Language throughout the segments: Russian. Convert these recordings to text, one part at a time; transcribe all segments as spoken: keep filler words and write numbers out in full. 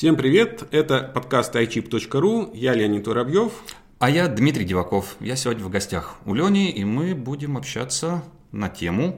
Всем привет, это подкаст ай чип точка ру, я Леонид Воробьев. А я Дмитрий Диваков. Я сегодня в гостях у Лени, и мы будем общаться на тему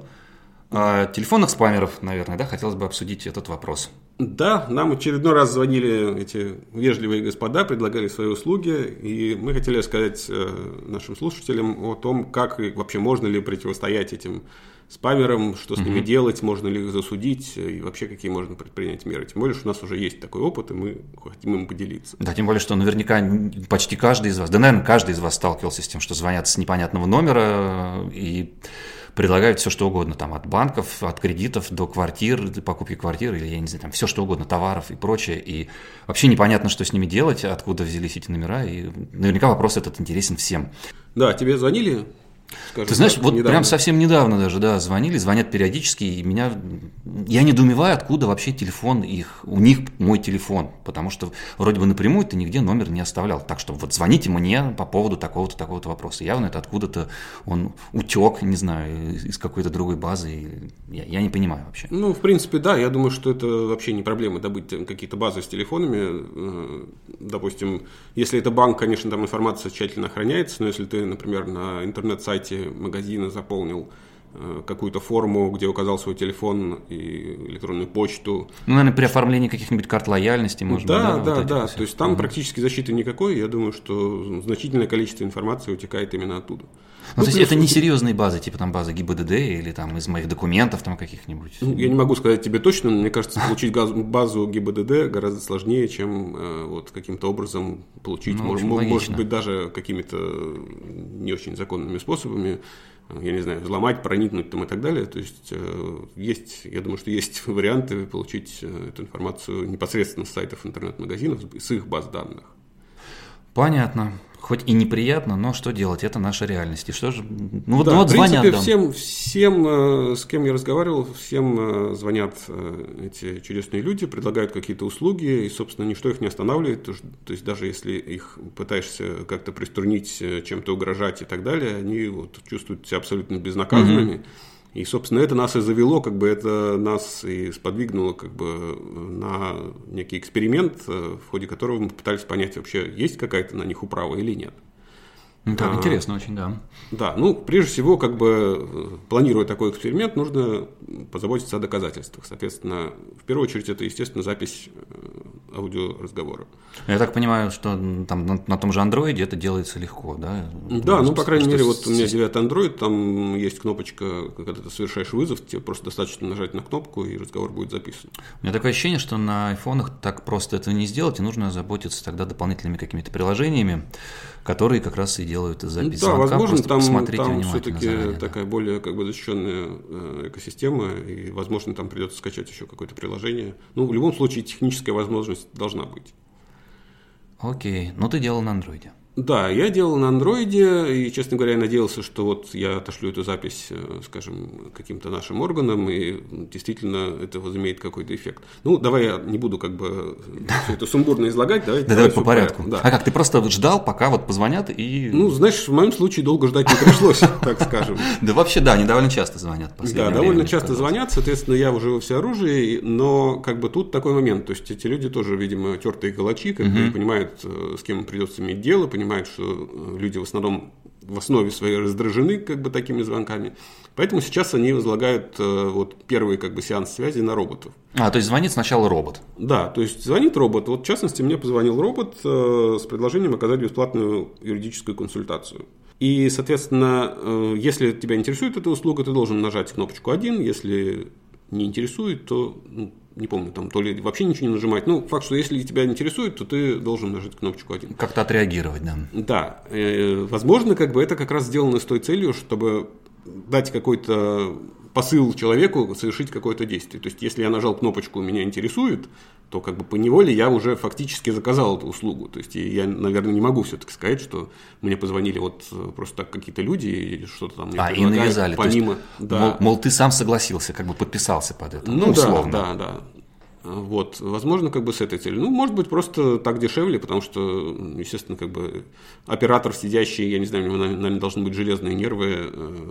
э, телефонных спамеров, наверное, да? Хотелось бы обсудить этот вопрос. Да, нам очередной раз звонили эти вежливые господа, предлагали свои услуги, и мы хотели сказать э, нашим слушателям о том, как и вообще можно ли противостоять этим спамерам, что с ними mm-hmm. делать, можно ли их засудить, и вообще какие можно предпринять меры. Тем более, что у нас уже есть такой опыт, и мы хотим им поделиться. Да, тем более, что наверняка почти каждый из вас, да, наверное, каждый из вас сталкивался с тем, что звонят с непонятного номера и предлагают все, что угодно, там, от банков, от кредитов до квартир, до покупки квартир, или, я не знаю, там, все, что угодно, товаров и прочее, и вообще непонятно, что с ними делать, откуда взялись эти номера, и наверняка вопрос этот интересен всем. Да, тебе звонили? Скажем, ты знаешь, так, вот недавно. Прям совсем недавно даже, да, звонили, звонят периодически, и меня, я недоумеваю, откуда вообще телефон их, у них мой телефон, потому что вроде бы напрямую ты нигде номер не оставлял, так что вот звоните мне по поводу такого-то, такого-то вопроса, явно это откуда-то он утек, не знаю, из какой-то другой базы, я, я не понимаю вообще. Ну, в принципе, да, я думаю, что это вообще не проблема добыть какие-то базы с телефонами, допустим, если это банк, конечно, там информация тщательно охраняется, но если ты, например, на интернет-сайте магазина заполнил э, какую-то форму, где указал свой телефон и электронную почту. Ну, наверное, при оформлении каких-нибудь карт лояльности, может да, быть. Да, вот да, да. все. То есть там угу. практически защиты никакой. Я думаю, что значительное количество информации утекает именно оттуда. Ну, ну, то есть это не серьезные базы, типа там базы ГИБДД или там из моих документов там каких-нибудь? Ну, я не могу сказать тебе точно, но мне кажется, получить базу ГИБДД гораздо сложнее, чем э, вот каким-то образом получить, ну, может, общем, может быть, даже какими-то не очень законными способами, я не знаю, взломать, проникнуть там и так далее. То есть, э, есть, я думаю, что есть варианты получить э, эту информацию непосредственно с сайтов интернет-магазинов, с их баз данных. Понятно. Хоть и неприятно, но что делать? Это наша реальность. И что же? Ну, да, ну вот в принципе, звонят. Всем, всем, с кем я разговаривал, всем звонят эти чудесные люди, предлагают какие-то услуги, и, собственно, ничто их не останавливает. То есть, даже если их пытаешься как-то приструнить, чем-то угрожать и так далее, они вот чувствуют себя абсолютно безнаказанными. Mm-hmm. И, собственно, это нас и завело, как бы это нас и сподвигнуло как бы на некий эксперимент, в ходе которого мы пытались понять, вообще есть какая-то на них управа или нет. Так, а, интересно очень, да. Да, ну, прежде всего, как бы, планируя такой эксперимент, нужно позаботиться о доказательствах. Соответственно, в первую очередь, это, естественно, запись аудиоразговора. Я так понимаю, что там на, на том же андроиде это делается легко, да? Да, ну, по крайней мере, вот у меня девятый андроид, там есть кнопочка, когда ты совершаешь вызов, тебе просто достаточно нажать на кнопку, и разговор будет записан. У меня такое ощущение, что на айфонах так просто этого не сделать, и нужно заботиться тогда дополнительными какими-то приложениями, которые как раз и делают запись да, звонка. Возможно, там, там все-таки заранее, такая да. более как бы защищенная экосистема, и, возможно, там придется скачать еще какое-то приложение. Ну, в любом случае, техническая возможность должна быть. Окей, ну ты делал на андроиде. Да, я делал на андроиде, и, честно говоря, я надеялся, что вот я отошлю эту запись, скажем, каким-то нашим органам, и действительно это возымеет какой-то эффект. Ну, давай я не буду как бы все это сумбурно излагать. Давай, да, давай по порядку. Да. А как, ты просто ждал, пока вот позвонят и… Ну, знаешь, в моем случае долго ждать не пришлось, так скажем. Да вообще, да, они довольно часто звонят. Да, довольно часто звонят, соответственно, я уже во всеоружии, но как бы тут такой момент, то есть эти люди тоже, видимо, тертые калачи, как бы понимают, с кем придется иметь дело, понимают, понимают, что люди в основном в основе своей раздражены как бы такими звонками. Поэтому сейчас они возлагают вот первый как бы сеанс связи на роботов. А, то есть звонит сначала робот? Да, то есть звонит робот. Вот в частности мне позвонил робот с предложением оказать бесплатную юридическую консультацию. И, соответственно, если тебя интересует эта услуга, ты должен нажать кнопочку один. Если не интересует, то, ну, не помню, там то ли вообще ничего не нажимать. Ну, факт, что если тебя интересует, то ты должен нажать кнопочку один. Как-то отреагировать, да. Да. Э, возможно, как бы это как раз сделано с той целью, чтобы дать какой-то посыл человеку совершить какое-то действие. То есть, если я нажал кнопочку «Меня интересует», то как бы поневоле я уже фактически заказал эту услугу. То есть, я, наверное, не могу все-таки сказать, что мне позвонили вот просто так какие-то люди и что-то там мне а, и навязали. Помимо, то есть, да. мол, мол, ты сам согласился, как бы подписался под это. Ну, ну да, условно. да, да. Вот, возможно, как бы с этой целью. Ну, может быть, просто так дешевле, потому что, естественно, как бы оператор, сидящий, я не знаю, у него, наверное, должны быть железные нервы,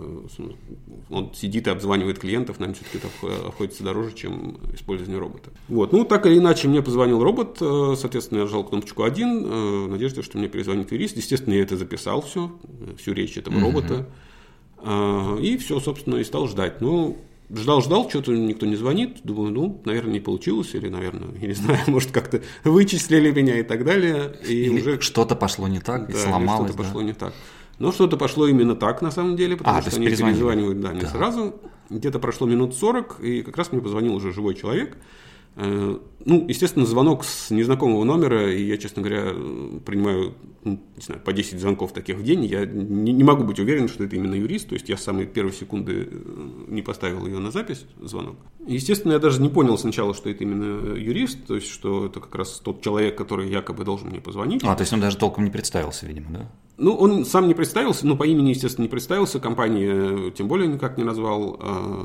он сидит и обзванивает клиентов, наверное, все-таки это обходится дороже, чем использование робота. Вот, ну, так или иначе, мне позвонил робот, соответственно, я нажал кнопочку один, в надежде, что мне перезвонит юрист. Естественно, я это записал все, всю речь этого робота, и все, собственно, и стал ждать. Ну, ждал-ждал, что-то никто не звонит. Думаю, ну, наверное, не получилось. Или, наверное, я не знаю, может, как-то вычислили меня и так далее. И или уже что-то пошло не так, да, и сломалось. Что-то да. пошло не так. Но что-то пошло именно так, на самом деле, потому а, что они перезванивают да, не да. сразу. Где-то прошло минут сорок, и как раз мне позвонил уже живой человек. Ну, естественно, звонок с незнакомого номера, и я, честно говоря, принимаю, ну, не знаю, по десять звонков таких в день, я не, не могу быть уверен, что это именно юрист, то есть я с самой первой секунды не поставил ее на запись, звонок. Естественно, я даже не понял сначала, что это именно юрист, то есть что это как раз тот человек, который якобы должен мне позвонить. А, то есть он даже толком не представился, видимо, да? Ну, он сам не представился, ну, по имени, естественно, не представился, компании тем более никак не назвал,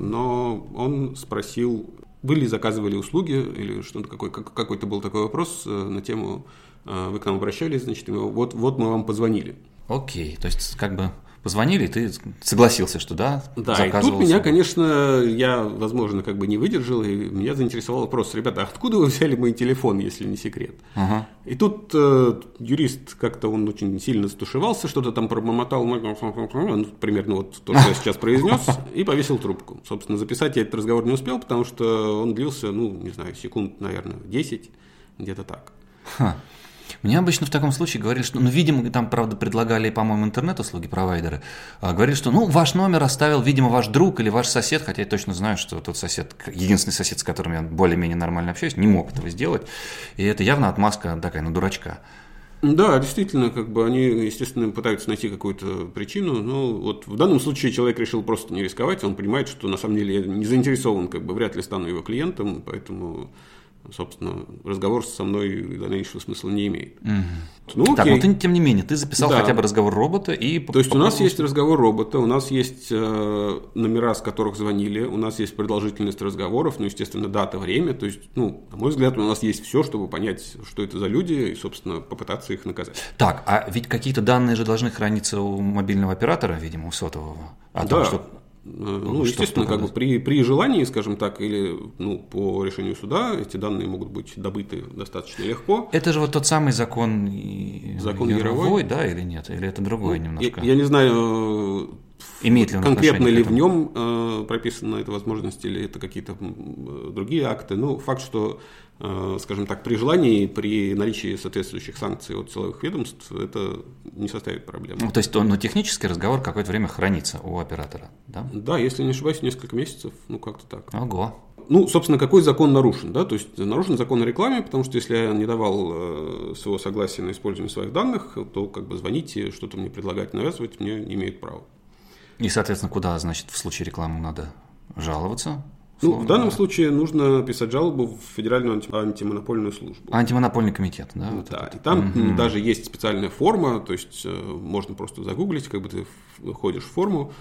но он спросил... Вы ли заказывали услуги, или что-то какой, какой-то был такой вопрос на тему, вы к нам обращались, значит, вот, вот мы вам позвонили. Окей, то есть как бы позвонили, и ты согласился, что да, да, и тут меня, конечно, я, возможно, как бы не выдержал, и меня заинтересовал вопрос, ребята, откуда вы взяли мой телефон, если не секрет? Ага. И тут э, юрист как-то, он очень сильно стушевался, что-то там пробормотал, ну, примерно вот то, что я сейчас произнес, и повесил трубку. Собственно, записать я этот разговор не успел, потому что он длился, ну, не знаю, секунд, наверное, десять, где-то так. Ха. Мне обычно в таком случае говорили, что, ну, видимо, там, правда, предлагали, по-моему, интернет-услуги, провайдеры, говорили, что, ну, ваш номер оставил, видимо, ваш друг или ваш сосед, хотя я точно знаю, что тот сосед, единственный сосед, с которым я более-менее нормально общаюсь, не мог этого сделать, и это явно отмазка такая на дурачка. Да, действительно, как бы они, естественно, пытаются найти какую-то причину, но вот в данном случае человек решил просто не рисковать, он понимает, что на самом деле я не заинтересован, как бы вряд ли стану его клиентом, поэтому... Собственно, разговор со мной дальнейшего смысла не имеет. Угу. Ну, так, но ты, тем не менее, ты записал да. хотя бы разговор робота и... То есть, у нас есть разговор робота, у нас есть э, номера, с которых звонили, у нас есть продолжительность разговоров, ну, естественно, дата, время. То есть, ну, на мой взгляд, у нас есть все, чтобы понять, что это за люди, и, собственно, попытаться их наказать. Так, а ведь какие-то данные же должны храниться у мобильного оператора, видимо, у сотового. О да. том, что... Ну, естественно, как бы при, при желании, скажем так, или ну, по решению суда, эти данные могут быть добыты достаточно легко. Это же вот тот самый закон, закон Яровой, Яровой, да, или нет? Или это другое ну, немножко? Я, я не знаю, имеет ли он конкретно ли в нем э, прописана эта возможность, или это какие-то другие акты. Ну, факт, что, э, скажем так, при желании, при наличии соответствующих санкций от силовых ведомств, это не составит проблем. Ну, то есть, ну, технический разговор какое-то время хранится у оператора, да? Да, если не ошибаюсь, несколько месяцев, ну, как-то так. Ого. Ну, собственно, какой закон нарушен, да? То есть, нарушен закон о рекламе, потому что если я не давал э, своего согласия на использование своих данных, то, как бы, звоните, что-то мне предлагать, навязывать, мне не имеют права. И, соответственно, куда, значит, в случае рекламы надо жаловаться? Ну, в данном случае нужно писать жалобу в Федеральную анти- антимонопольную службу. Антимонопольный комитет, да? Вот да, это. И там угу. даже есть специальная форма, то есть можно просто загуглить, как бы ты входишь в форму,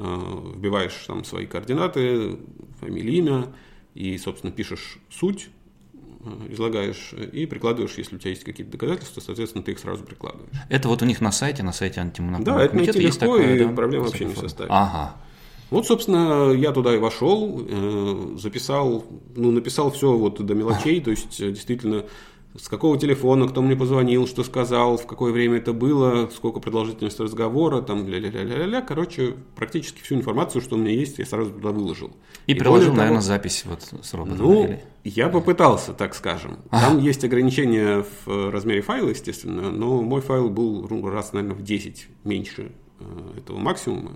вбиваешь там свои координаты, фамилию, имя, и, собственно, пишешь суть, излагаешь и прикладываешь, если у тебя есть какие-то доказательства, соответственно, ты их сразу прикладываешь. Это вот у них на сайте, на сайте антимонопольного да, комитета есть легко, такое, и да? проблем вообще не составит. Ага. Вот, собственно, я туда и вошел, записал, ну, написал все вот до мелочей, то есть, действительно, с какого телефона, кто мне позвонил, что сказал, в какое время это было, сколько продолжительность разговора, там, ля-ля-ля-ля-ля, короче, практически всю информацию, что у меня есть, я сразу туда выложил. И, и приложил, наверное, того, запись вот с роботом. Ну, или... я попытался, так скажем. Там ага. есть ограничения в размере файла, естественно, но мой файл был раз, наверное, в десять меньше этого максимума.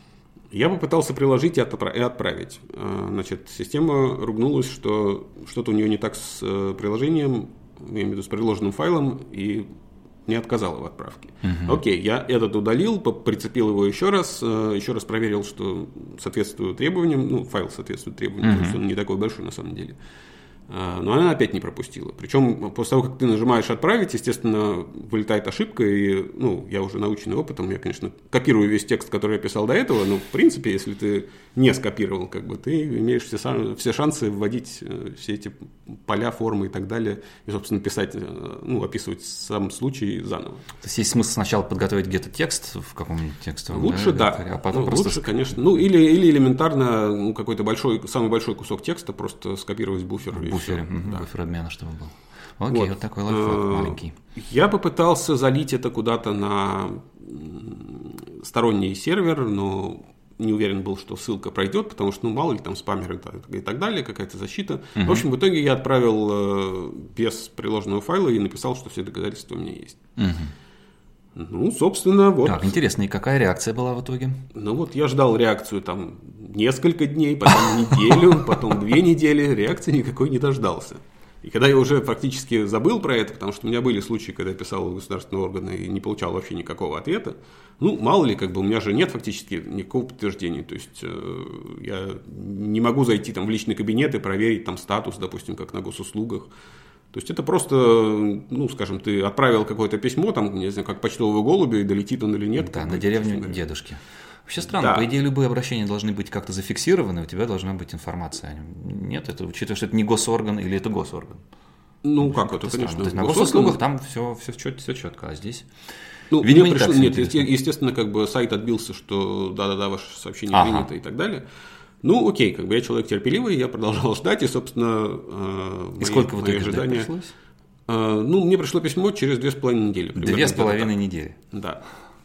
Я попытался приложить и отправить. Значит, система ругнулась, что что-то у нее не так с приложением, я имею в виду с приложенным файлом, и не отказала в отправке. Uh-huh. Окей, я этот удалил, прицепил его еще раз, еще раз проверил, что соответствует требованиям, ну, файл соответствует требованиям, uh-huh. то есть он не такой большой на самом деле. Но она опять не пропустила. Причем после того, как ты нажимаешь «Отправить», естественно, вылетает ошибка. И, ну, я уже наученный опытом, я, конечно, копирую весь текст, который я писал до этого, но, в принципе, если ты не скопировал, как бы, ты имеешь все, все шансы вводить все эти поля, формы и так далее, и, собственно, писать, ну, описывать сам случай заново. То есть есть смысл сначала подготовить где-то текст в каком-нибудь текстовом? Лучше, да. да. А потом ну, просто... Лучше, конечно. Ну, или, или элементарно ну, какой-то большой, самый большой кусок текста просто скопировать в буфер. В буфере, угу, да. буфер обмена, чтобы был. Окей, вот, вот такой лайфхак маленький. Я попытался залить это куда-то на сторонний сервер, но не уверен был, что ссылка пройдет, потому что, ну, мало ли там спамеры и так далее, какая-то защита. Угу. В общем, в итоге я отправил без приложенного файла и написал, что все доказательства у меня есть. Угу. Ну, собственно, вот. Так, интересно, и какая реакция была в итоге? Ну, вот я ждал реакцию там несколько дней, потом неделю, потом две недели, реакции никакой не дождался. И когда я уже практически забыл про это, потому что у меня были случаи, когда я писал в государственные органы и не получал вообще никакого ответа, ну, мало ли, как бы у меня же нет фактически никакого подтверждения, то есть э, я не могу зайти там в личный кабинет и проверить там статус, допустим, как на госуслугах. То есть это просто, ну, скажем, ты отправил какое-то письмо, там, не знаю, как почтового голубя, и долетит он или нет. Да, на деревню дедушки. Вообще странно, да. По идее, любые обращения должны быть как-то зафиксированы, у тебя должна быть информация о нем. Нет, это учитывая, что это не госорган или это госорган. Ну, как это, конечно. То есть на госуслугах там все, все, все четко, а здесь... Ну, видимо, не пришло, нет, естественно, как бы сайт отбился, что да-да-да, ваше сообщение ага. принято и так далее. Ну, окей, как бы я человек терпеливый, я продолжал ждать, и, собственно, и мои, сколько в итоге ожидания... пришлось? Ну, мне пришло письмо через две с половиной недели. Две с половиной недели? Да.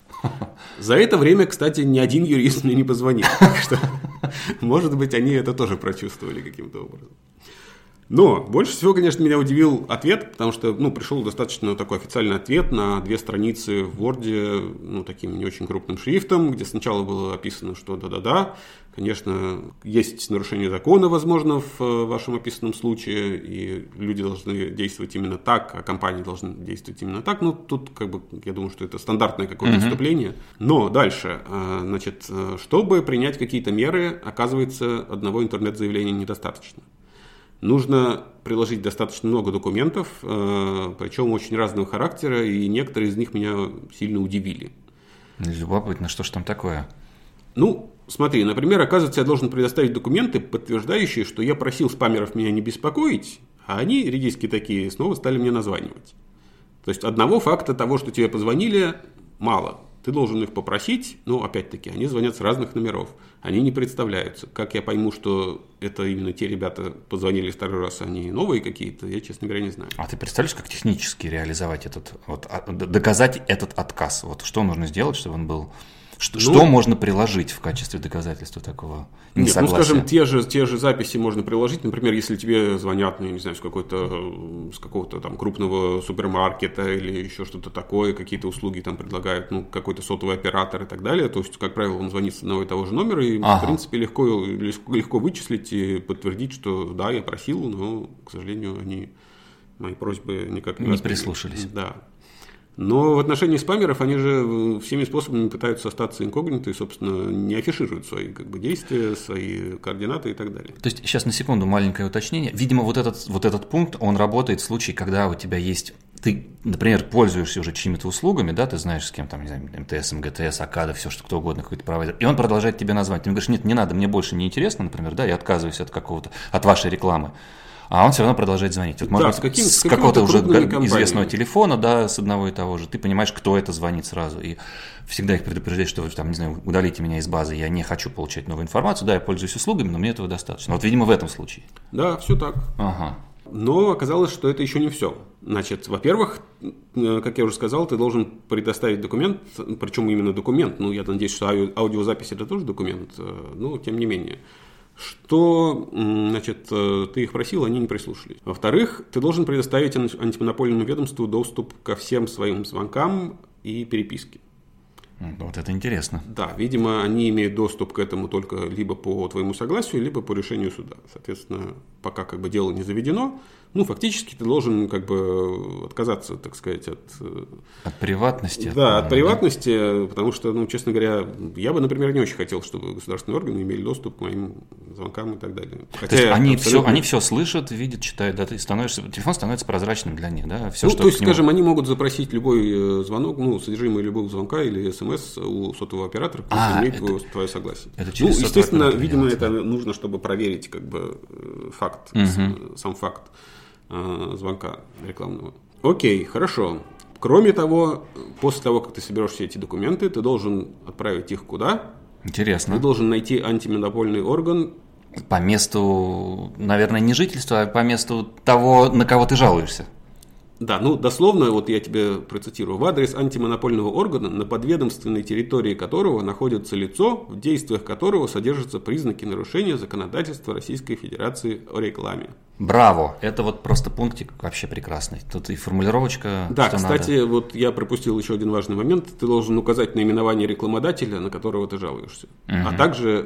За это время, кстати, ни один юрист мне не позвонил. Так что, может быть, они это тоже прочувствовали каким-то образом. Но больше всего, конечно, меня удивил ответ, потому что, ну, пришел достаточно такой официальный ответ на две страницы в Word, ну, таким не очень крупным шрифтом, где сначала было описано, что да-да-да, конечно, есть нарушение закона, возможно, в вашем описанном случае, и люди должны действовать именно так, а компании должны действовать именно так. Ну, тут, как бы, я думаю, что это стандартное какое-то mm-hmm. вступление. Но дальше, значит, чтобы принять какие-то меры, оказывается, одного интернет-заявления недостаточно. Нужно приложить достаточно много документов, причем очень разного характера, и некоторые из них меня сильно удивили. Любопытно, что ж там такое? Ну, смотри, например, оказывается, я должен предоставить документы, подтверждающие, что я просил спамеров меня не беспокоить, а они, редиски такие, снова стали мне названивать. То есть одного факта того, что тебе позвонили, мало. Ты должен их попросить, но, опять-таки, они звонят с разных номеров. Они не представляются. Как я пойму, что это именно те ребята позвонили второй раз, а не новые какие-то, я, честно говоря, не знаю. А ты представляешь, как технически реализовать этот, вот, доказать этот отказ? Вот что нужно сделать, чтобы он был... Что, ну, что можно приложить в качестве доказательства такого несогласия? Нет, ну, скажем, те же, те же записи можно приложить. Например, если тебе звонят, ну, я не знаю, с, какой-то, с какого-то там крупного супермаркета или еще что-то такое, какие-то услуги там предлагают, ну, какой-то сотовый оператор и так далее, то есть, как правило, он звонит с одного и того же номера, и, ага. в принципе, легко, легко, легко вычислить и подтвердить, что да, я просил, но, к сожалению, они мои просьбы никак не, не прислушались. Да. Но в отношении спамеров они же всеми способами пытаются остаться инкогнито и, собственно, не афишируют свои как бы, действия, свои координаты и так далее. То есть, сейчас на секунду маленькое уточнение. Видимо, вот этот, вот этот пункт, он работает в случае, когда у тебя есть... Ты, например, пользуешься уже чьими-то услугами, да, ты знаешь, с кем там, не знаю, эм тэ эс, эм гэ тэ эс, АКАДа, все, что кто угодно, какой-то провайдер, и он продолжает тебе назвать. Ты ему говоришь, нет, не надо, мне больше не интересно, например, да, я отказываюсь от какого-то, от вашей рекламы. А он все равно продолжает звонить. Вот, может да, быть, с, каким, с, с какого-то уже известного телефона, да, с одного и того же. Ты понимаешь, кто это звонит сразу. И всегда их предупреждаешь, что, там, не знаю, удалите меня из базы, я не хочу получать новую информацию. Да, я пользуюсь услугами, но мне этого достаточно. Вот, видимо, в этом случае. Да, все так. Ага. Но оказалось, что это еще не все. Значит, во-первых, как я уже сказал, ты должен предоставить документ, причем именно документ. Ну, я надеюсь, что аудио, аудиозапись – это тоже документ, но тем не менее. Что, значит, ты их просил, они не прислушались. Во-вторых, ты должен предоставить антимонопольному ведомству доступ ко всем своим звонкам и переписке. Вот это интересно. Да, видимо, они имеют доступ к этому только либо по твоему согласию, либо по решению суда. Соответственно, пока как бы дело не заведено, ну, фактически ты должен как бы отказаться, так сказать, от... От приватности. Да, от приватности, да? Потому что, ну, честно говоря, я бы, например, не очень хотел, чтобы государственные органы имели доступ к моим звонкам и так далее. Хотя то есть они, абсолютно... все, они все слышат, видят, читают, да, ты становишься, телефон становится прозрачным для них, да? Все, ну, что то есть, нему... скажем, они могут запросить любой звонок, ну, содержимое любого звонка или смс у сотового оператора, пусть а, имеет это... твое согласие. Это ну, естественно, видимо, это нужно, чтобы проверить как бы факт, угу. сам факт звонка рекламного. Окей, хорошо. Кроме того, после того, как ты соберешь все эти документы, ты должен отправить их куда? Интересно. Ты должен найти антимонопольный орган. По месту, наверное, не жительства, а по месту того, на кого ты жалуешься. Да, ну дословно, вот я тебе процитирую, в адрес антимонопольного органа, на подведомственной территории которого находится лицо, в действиях которого содержатся признаки нарушения законодательства Российской Федерации о рекламе. Браво! Это вот просто пунктик вообще прекрасный. Тут и формулировочка. Да, кстати, надо. Вот я пропустил еще один важный момент. Ты должен указать наименование рекламодателя, на которого ты жалуешься. Угу. А также,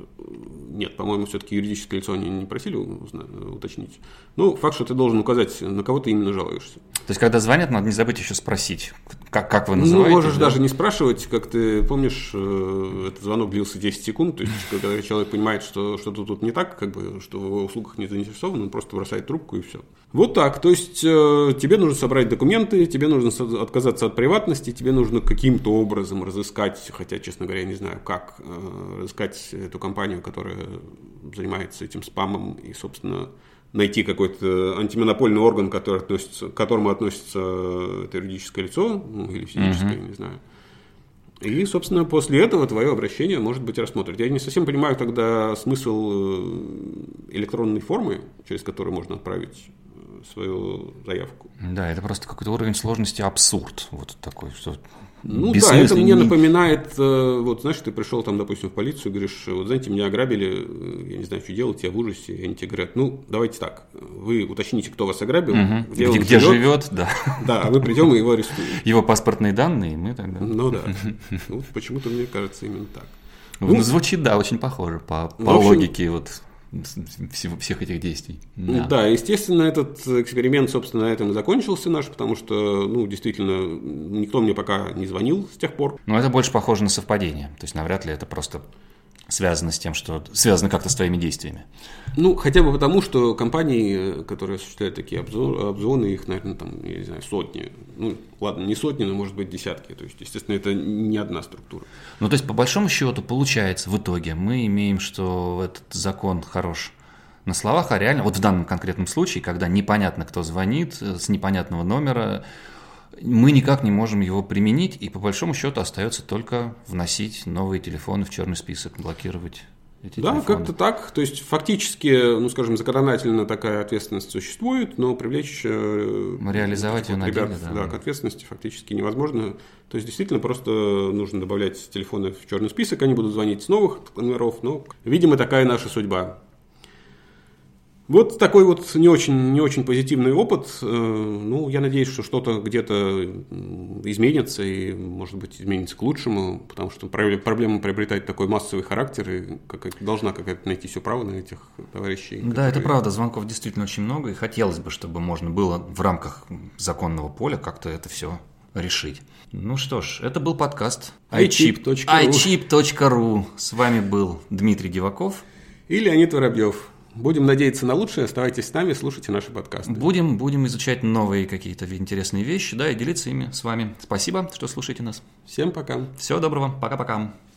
нет, по-моему, все-таки юридическое лицо они не просили уточнить. Ну, факт, что ты должен указать, на кого ты именно жалуешься. То есть, когда звонят, надо не забыть еще спросить, как, как вы называете. Ну, можешь да? даже не спрашивать, как ты помнишь, этот звонок длился десять секунд, то есть, когда человек понимает, что что-то тут не так, как бы, что в его услугах не заинтересован, он просто бросает трубку и все. Вот так, то есть, тебе нужно собрать документы, тебе нужно отказаться от приватности, тебе нужно каким-то образом разыскать, хотя, честно говоря, я не знаю, как разыскать эту компанию, которая занимается этим спамом и, собственно, найти какой-то антимонопольный орган, который относится, к которому относится это юридическое лицо, ну, или физическое, uh-huh. не знаю. И, собственно, после этого твое обращение может быть рассмотрено. Я не совсем понимаю тогда смысл электронной формы, через которую можно отправить свою заявку. Да, это просто какой-то уровень сложности абсурд. Вот такой, что... Ну да, это мне напоминает, вот знаешь, ты пришел там, допустим, в полицию, говоришь, вот знаете, меня ограбили, я не знаю, что делать, я в ужасе, и они тебе говорят, ну, давайте так, вы уточните, кто вас ограбил, угу. где, где, где живет, живет, да. Да, а мы придем и его арестуем. Его паспортные данные, и мы тогда... Ну да, ну, почему-то мне кажется именно так. Ну, звучит, да, очень похоже по, по общем, логике вот... Всего, всех этих действий. Да. да, естественно, этот эксперимент, собственно, на этом и закончился наш, потому что, ну, действительно, никто мне пока не звонил с тех пор. Но это больше похоже на совпадение, то есть навряд ли это просто связано с тем, что связано как-то с твоими действиями. Ну, хотя бы потому, что компании, которые осуществляют такие обзвоны, их, наверное, там, я не знаю, сотни. Ну, ладно, не сотни, но, может быть, десятки. То есть, естественно, это не одна структура. Ну, то есть, по большому счету, получается, в итоге мы имеем, что этот закон хорош на словах, а реально, вот в данном конкретном случае, когда непонятно, кто звонит, с непонятного номера, мы никак не можем его применить, и по большому счету остается только вносить новые телефоны в черный список, блокировать эти да, телефоны. Как-то так. То есть фактически, ну скажем, законодательно такая ответственность существует, но привлечь реализовать ее на ребят деле, да. Да, к ответственности фактически невозможно. То есть действительно просто нужно добавлять телефоны в черный список, они будут звонить с новых номеров, но, видимо, такая наша судьба. Вот такой вот не очень, не очень позитивный опыт. Ну, я надеюсь, что что-то где-то изменится и, может быть, изменится к лучшему, потому что проблема приобретает такой массовый характер, и должна какая-то найтись управа на этих товарищей. Да, которые... это правда, звонков действительно очень много, и хотелось бы, чтобы можно было в рамках законного поля как-то это все решить. Ну что ж, это был подкаст ай чип точка ру. С вами был Дмитрий Диваков и Леонид Воробьев. Будем надеяться на лучшее, оставайтесь с нами, слушайте наши подкасты. Будем, будем изучать новые какие-то интересные вещи, да, и делиться ими с вами. Спасибо, что слушаете нас. Всем пока. Всего доброго, пока-пока.